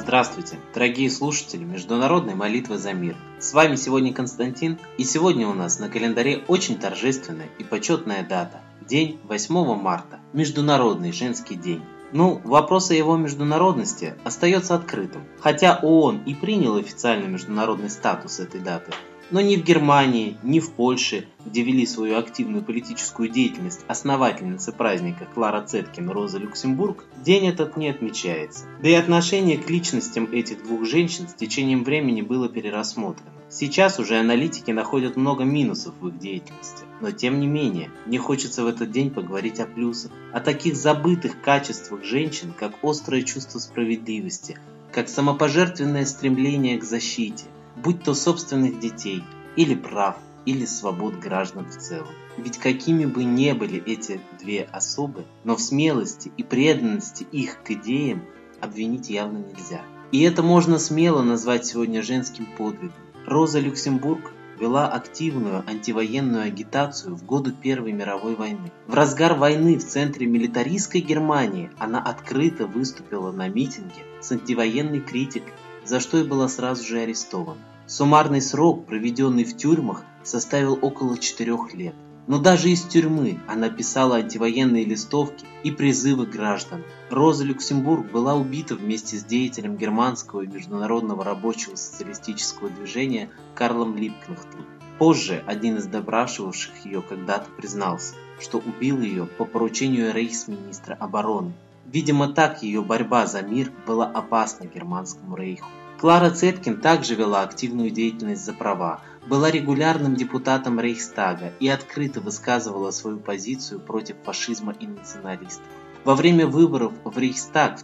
Здравствуйте, дорогие слушатели Международной молитвы за мир. С вами сегодня Константин, и сегодня у нас на календаре очень торжественная и почетная дата – день 8 марта, Международный женский день. Вопрос о его международности остается открытым, хотя ООН и принял официальный международный статус этой даты, но ни в Германии, ни в Польше, где вели свою активную политическую деятельность основательницы праздника Клара Цеткин и Роза Люксембург, день этот не отмечается. Да и отношение к личностям этих двух женщин с течением времени было перерасмотрено. Сейчас уже аналитики находят много минусов в их деятельности, но тем не менее, мне хочется в этот день поговорить о плюсах, о таких забытых качествах женщин, как острое чувство справедливости, как самопожертвенное стремление к защите, будь то собственных детей, или прав, или свобод граждан в целом. Ведь какими бы ни были эти две особы, но в смелости и преданности их к идеям обвинить явно нельзя. И это можно смело назвать сегодня женским подвигом. Роза Люксембург вела активную антивоенную агитацию в годы Первой мировой войны. В разгар войны в центре милитаристской Германии она открыто выступила на митинге с антивоенной критикой, за что и была сразу же арестована. Суммарный срок, проведенный в тюрьмах, составил около 4 лет. Но даже из тюрьмы она писала антивоенные листовки и призывы граждан. Роза Люксембург была убита вместе с деятелем германского и международного рабочего социалистического движения Карлом Либкнехтом. Позже один из допрашивавших ее когда-то признался, что убил ее по поручению рейхсминистра обороны. Видимо, так ее борьба за мир была опасна германскому рейху. Клара Цеткин также вела активную деятельность за права, была регулярным депутатом Рейхстага и открыто высказывала свою позицию против фашизма и националистов. Во время выборов в Рейхстаг в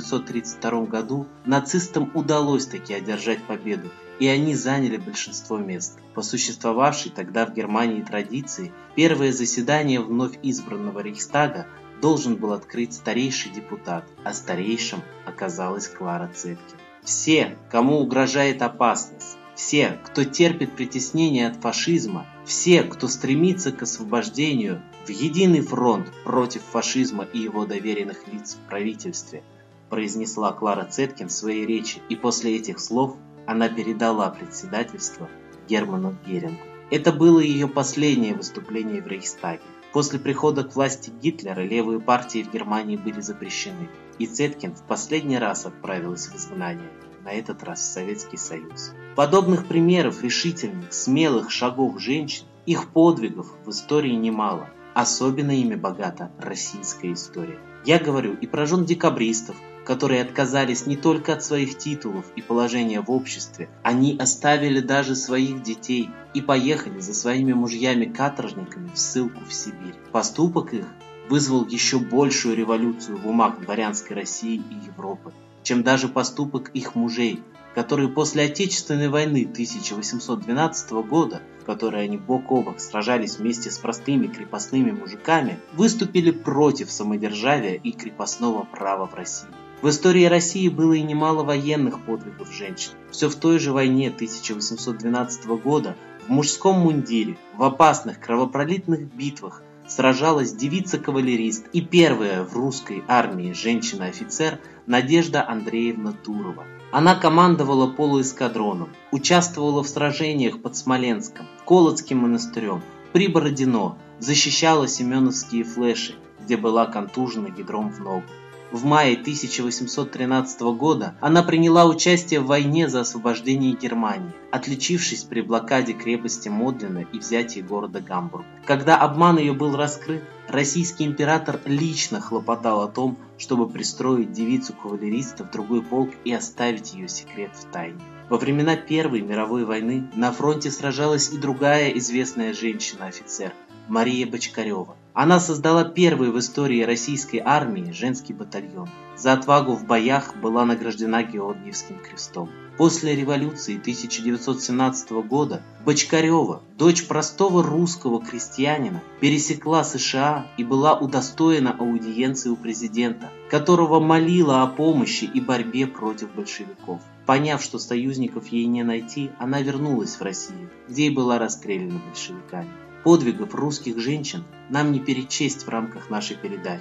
1932 году нацистам удалось таки одержать победу, и они заняли большинство мест. По существовавшей тогда в Германии традиции, первое заседание вновь избранного Рейхстага должен был открыть старейший депутат, а старейшим оказалась Клара Цеткин. Все, кому угрожает опасность, все, кто терпит притеснение от фашизма, все, кто стремится к освобождению, в единый фронт против фашизма и его доверенных лиц в правительстве, произнесла Клара Цеткин в своей речи, и после этих слов она передала председательство Герману Герингу. Это было ее последнее выступление в Рейхстаге. После прихода к власти Гитлера левые партии в Германии были запрещены, и Цеткин в последний раз отправилась в изгнание, на этот раз в Советский Союз. Подобных примеров решительных, смелых шагов женщин, их подвигов в истории немало. Особенно ими богата российская история. Я говорю и про жен декабристов, которые отказались не только от своих титулов и положения в обществе, они оставили даже своих детей и поехали за своими мужьями-каторжниками в ссылку в Сибирь. Поступок их вызвал еще большую революцию в умах дворянской России и Европы, чем даже поступок их мужей, которые после Отечественной войны 1812 года, в которой они бок о бок сражались вместе с простыми крепостными мужиками, выступили против самодержавия и крепостного права в России. В истории России было и немало военных подвигов женщин. Все в той же войне 1812 года в мужском мундире, в опасных кровопролитных битвах сражалась девица-кавалерист и первая в русской армии женщина-офицер Надежда Андреевна Турова. Она командовала полуэскадроном, участвовала в сражениях под Смоленском, Колодским монастырем, при Бородино, защищала семеновские флеши, где была контужена ядром в ногу. В мае 1813 года она приняла участие в войне за освобождение Германии, отличившись при блокаде крепости Модлина и взятии города Гамбурга. Когда обман ее был раскрыт, российский император лично хлопотал о том, чтобы пристроить девицу-кавалериста в другой полк и оставить ее секрет в тайне. Во времена Первой мировой войны на фронте сражалась и другая известная женщина-офицер – Мария Бочкарева. Она создала первый в истории российской армии женский батальон. За отвагу в боях была награждена Георгиевским крестом. После революции 1917 года Бочкарева, дочь простого русского крестьянина, пересекла США и была удостоена аудиенции у президента, которого молила о помощи и борьбе против большевиков. Поняв, что союзников ей не найти, она вернулась в Россию, где и была расстреляна большевиками. Подвигов русских женщин нам не перечесть в рамках нашей передачи.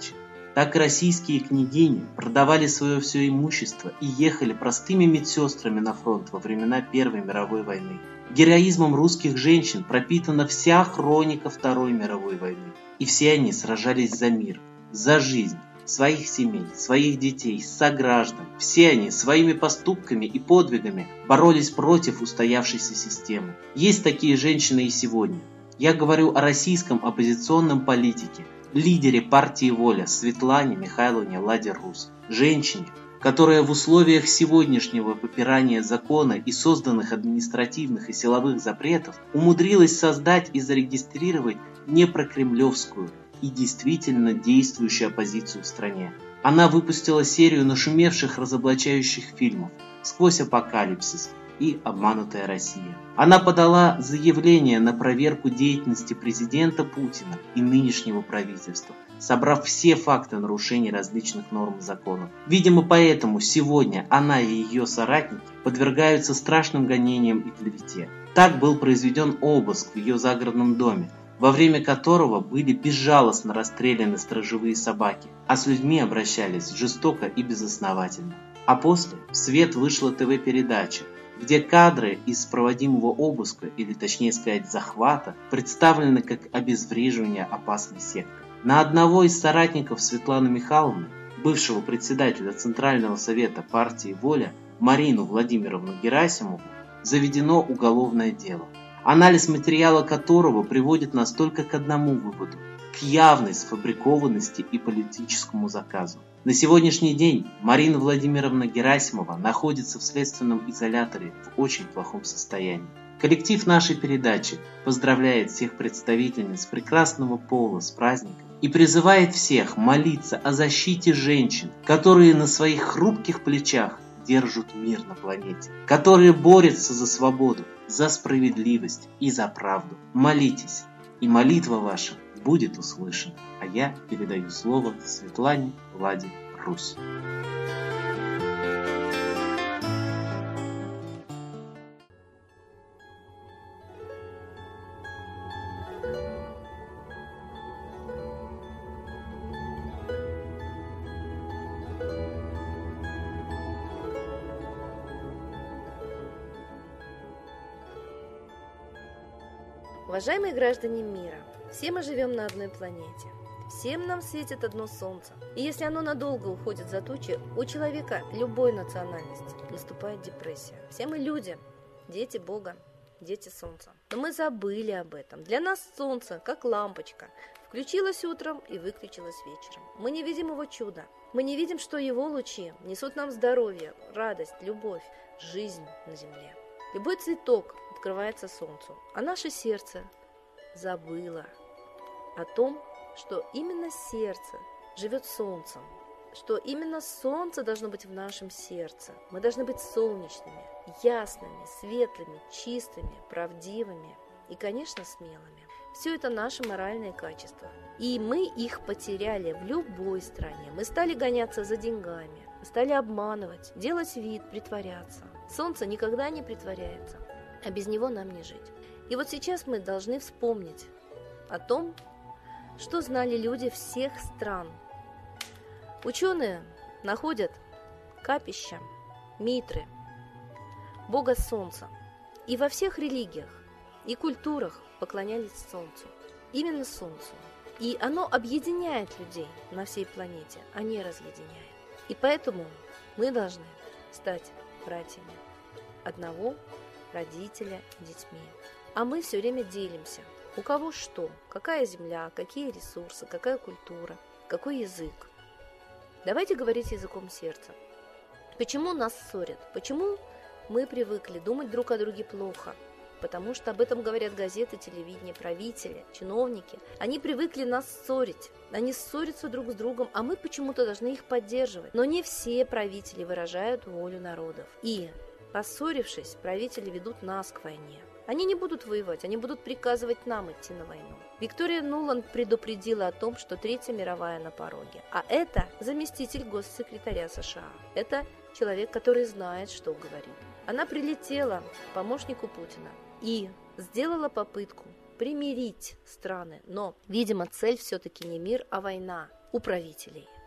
так и российские княгини продавали свое все имущество и ехали простыми медсестрами на фронт во времена Первой мировой войны. Героизмом русских женщин пропитана вся хроника Второй мировой войны. И все они сражались за мир, за жизнь своих семей, своих детей, сограждан. Все они своими поступками и подвигами боролись против устоявшейся системы. Есть такие женщины и сегодня. Я говорю о российском оппозиционном политике, лидере партии «Воля» Светлане Михайловне Ладе-Русь, женщине, которая в условиях сегодняшнего попирания закона и созданных административных и силовых запретов умудрилась создать и зарегистрировать непрокремлевскую и действительно действующую оппозицию в стране. Она выпустила серию нашумевших разоблачающих фильмов «Сквозь апокалипсис» и «Обманутая Россия». Она подала заявление на проверку деятельности президента Путина и нынешнего правительства, собрав все факты нарушений различных норм закона. Видимо, поэтому сегодня она и ее соратники подвергаются страшным гонениям и клевете. Так был произведен обыск в ее загородном доме, во время которого были безжалостно расстреляны сторожевые собаки, а с людьми обращались жестоко и безосновательно. А после в свет вышла ТВ-передача, где кадры из проводимого обыска, или точнее сказать захвата, представлены как обезвреживание опасной секты. На одного из соратников Светланы Михайловны, бывшего председателя Центрального совета партии «Воля» Марину Владимировну Герасимову, заведено уголовное дело, анализ материала которого приводит нас только к одному выводу – к явной сфабрикованности и политическому заказу. На сегодняшний день Марина Владимировна Герасимова находится в следственном изоляторе в очень плохом состоянии. Коллектив нашей передачи поздравляет всех представительниц прекрасного пола с праздником и призывает всех молиться о защите женщин, которые на своих хрупких плечах держат мир на планете, которые борются за свободу, за справедливость и за правду. Молитесь, и молитва ваша будет услышана. А я передаю слово Светлане Ладе-Русь. Уважаемые граждане мира, все мы живем на одной планете. Всем нам светит одно солнце. И если оно надолго уходит за тучи, у человека любой национальности наступает депрессия. Все мы люди, дети Бога, дети солнца. Но мы забыли об этом. Для нас солнце, как лампочка, включилось утром и выключилось вечером. Мы не видим его чуда. Мы не видим, что его лучи несут нам здоровье, радость, любовь, жизнь на земле. Любой цветок открывается солнцу, а наше сердце забыло о том, что именно сердце живет солнцем, что именно солнце должно быть в нашем сердце. Мы должны быть солнечными, ясными, светлыми, чистыми, правдивыми и, конечно, смелыми. Все это наши моральные качества. И мы их потеряли в любой стране. Мы стали гоняться за деньгами, стали обманывать, делать вид, притворяться. Солнце никогда не притворяется, а без него нам не жить. И вот сейчас мы должны вспомнить о том, что знали люди всех стран. Ученые находят капища, митры, бога солнца. И во всех религиях и культурах поклонялись солнцу. Именно солнцу. И оно объединяет людей на всей планете, а не разъединяет. И поэтому мы должны стать братьями одного родителя детьми. А мы все время делимся. У кого что, какая земля, какие ресурсы, какая культура, какой язык. Давайте говорить языком сердца. Почему нас ссорят? Почему мы привыкли думать друг о друге плохо? Потому что об этом говорят газеты, телевидение, правители, чиновники. Они привыкли нас ссорить. Они ссорятся друг с другом, а мы почему-то должны их поддерживать. Но не все правители выражают волю народов. И, поссорившись, правители ведут нас к войне. Они не будут воевать, они будут приказывать нам идти на войну. Виктория Нуланд предупредила о том, что Третья мировая на пороге. А это заместитель госсекретаря США. Это человек, который знает, что говорит. Она прилетела к помощнику Путина и сделала попытку примирить страны. Но, видимо, цель все-таки не мир, а война у правителей.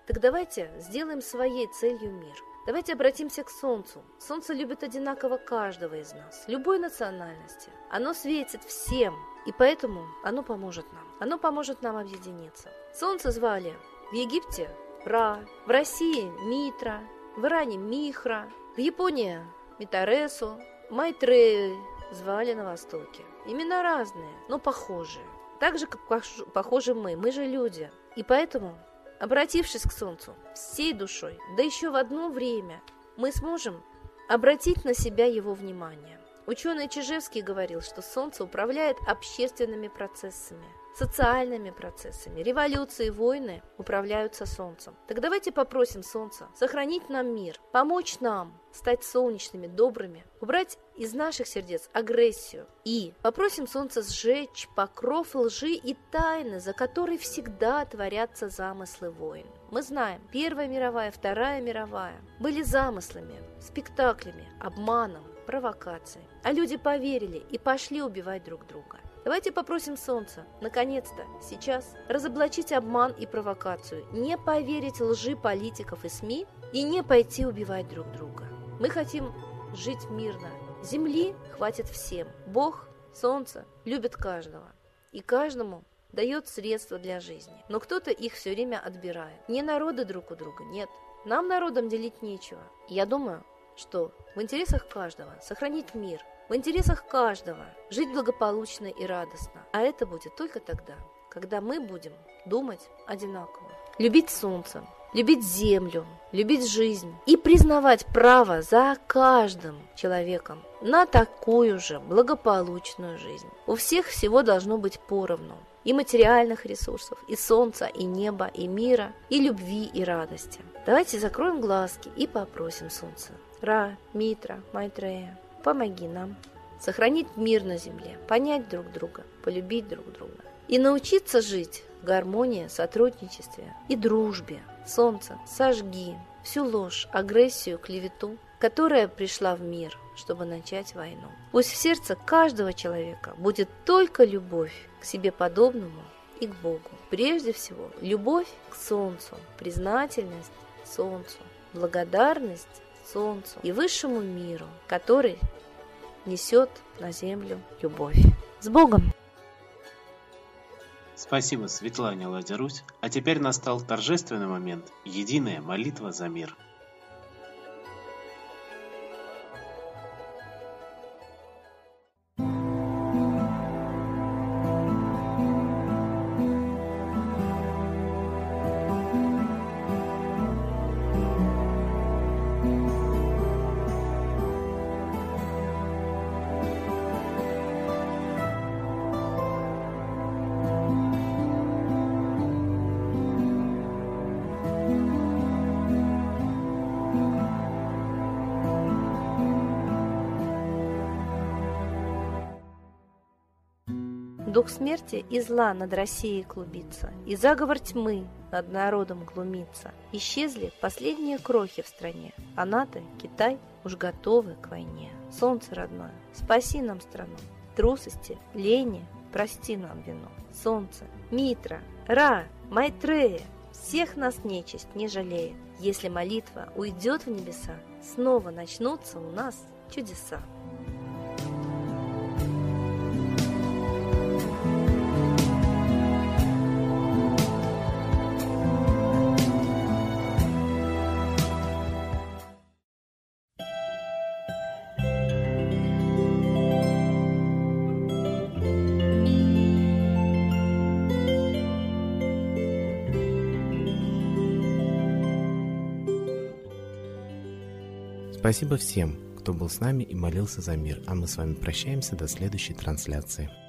Так давайте сделаем своей целью мир. Давайте обратимся к Солнцу. Солнце любит одинаково каждого из нас, любой национальности. Оно светит всем, и поэтому оно поможет нам. Оно поможет нам объединиться. Солнце звали в Египте Ра, в России Митра, в Иране Михра, в Японии Митаресу, Майтрею звали на Востоке. Имена разные, но похожие. Так же, как похожи мы же люди. И поэтому, обратившись к Солнцу всей душой, да еще в одно время, мы сможем обратить на себя его внимание. Ученый Чижевский говорил, что Солнце управляет общественными процессами, социальными процессами. Революции, войны управляются Солнцем. Так давайте попросим Солнца сохранить нам мир, помочь нам стать солнечными, добрыми, убрать из наших сердец агрессию. И попросим Солнца сжечь покров лжи и тайны, за которой всегда творятся замыслы войн. Мы знаем, Первая мировая, Вторая мировая были замыслами, спектаклями, обманом, провокацией. А люди поверили и пошли убивать друг друга. Давайте попросим Солнца, наконец-то, сейчас, разоблачить обман и провокацию, не поверить лжи политиков и СМИ и не пойти убивать друг друга. Мы хотим жить мирно. Земли хватит всем. Бог, Солнце, любит каждого. И каждому дает средства для жизни. Но кто-то их все время отбирает. Не народы друг у друга, нет. Нам, народам, делить нечего. Я думаю, что в интересах каждого сохранить мир, в интересах каждого жить благополучно и радостно. А это будет только тогда, когда мы будем думать одинаково. Любить солнце, любить землю, любить жизнь и признавать право за каждым человеком на такую же благополучную жизнь. У всех всего должно быть поровну. И материальных ресурсов, и солнца, и неба, и мира, и любви, и радости. Давайте закроем глазки и попросим Солнца. Ра, Митра, Майтрея, помоги нам сохранить мир на земле, понять друг друга, полюбить друг друга и научиться жить в гармонии, сотрудничестве и дружбе. Солнце, сожги всю ложь, агрессию, клевету, которая пришла в мир, чтобы начать войну. Пусть в сердце каждого человека будет только любовь к себе подобному и к Богу. Прежде всего, любовь к Солнцу, признательность Солнцу, благодарность Солнцу и высшему миру, который несет на землю любовь. С Богом! Спасибо Светлане Ладя-Русь. А теперь настал торжественный момент – единая молитва за мир. Дух смерти и зла над Россией клубится, и заговор тьмы над народом глумится. Исчезли последние крохи в стране, а НАТО, Китай уж готовы к войне. Солнце родное, спаси нам страну, трусости, лени, прости нам вину. Солнце, Митра, Ра, Майтрея, всех нас нечисть не жалеет. Если молитва уйдет в небеса, снова начнутся у нас чудеса. Спасибо всем, кто был с нами и молился за мир, а мы с вами прощаемся до следующей трансляции.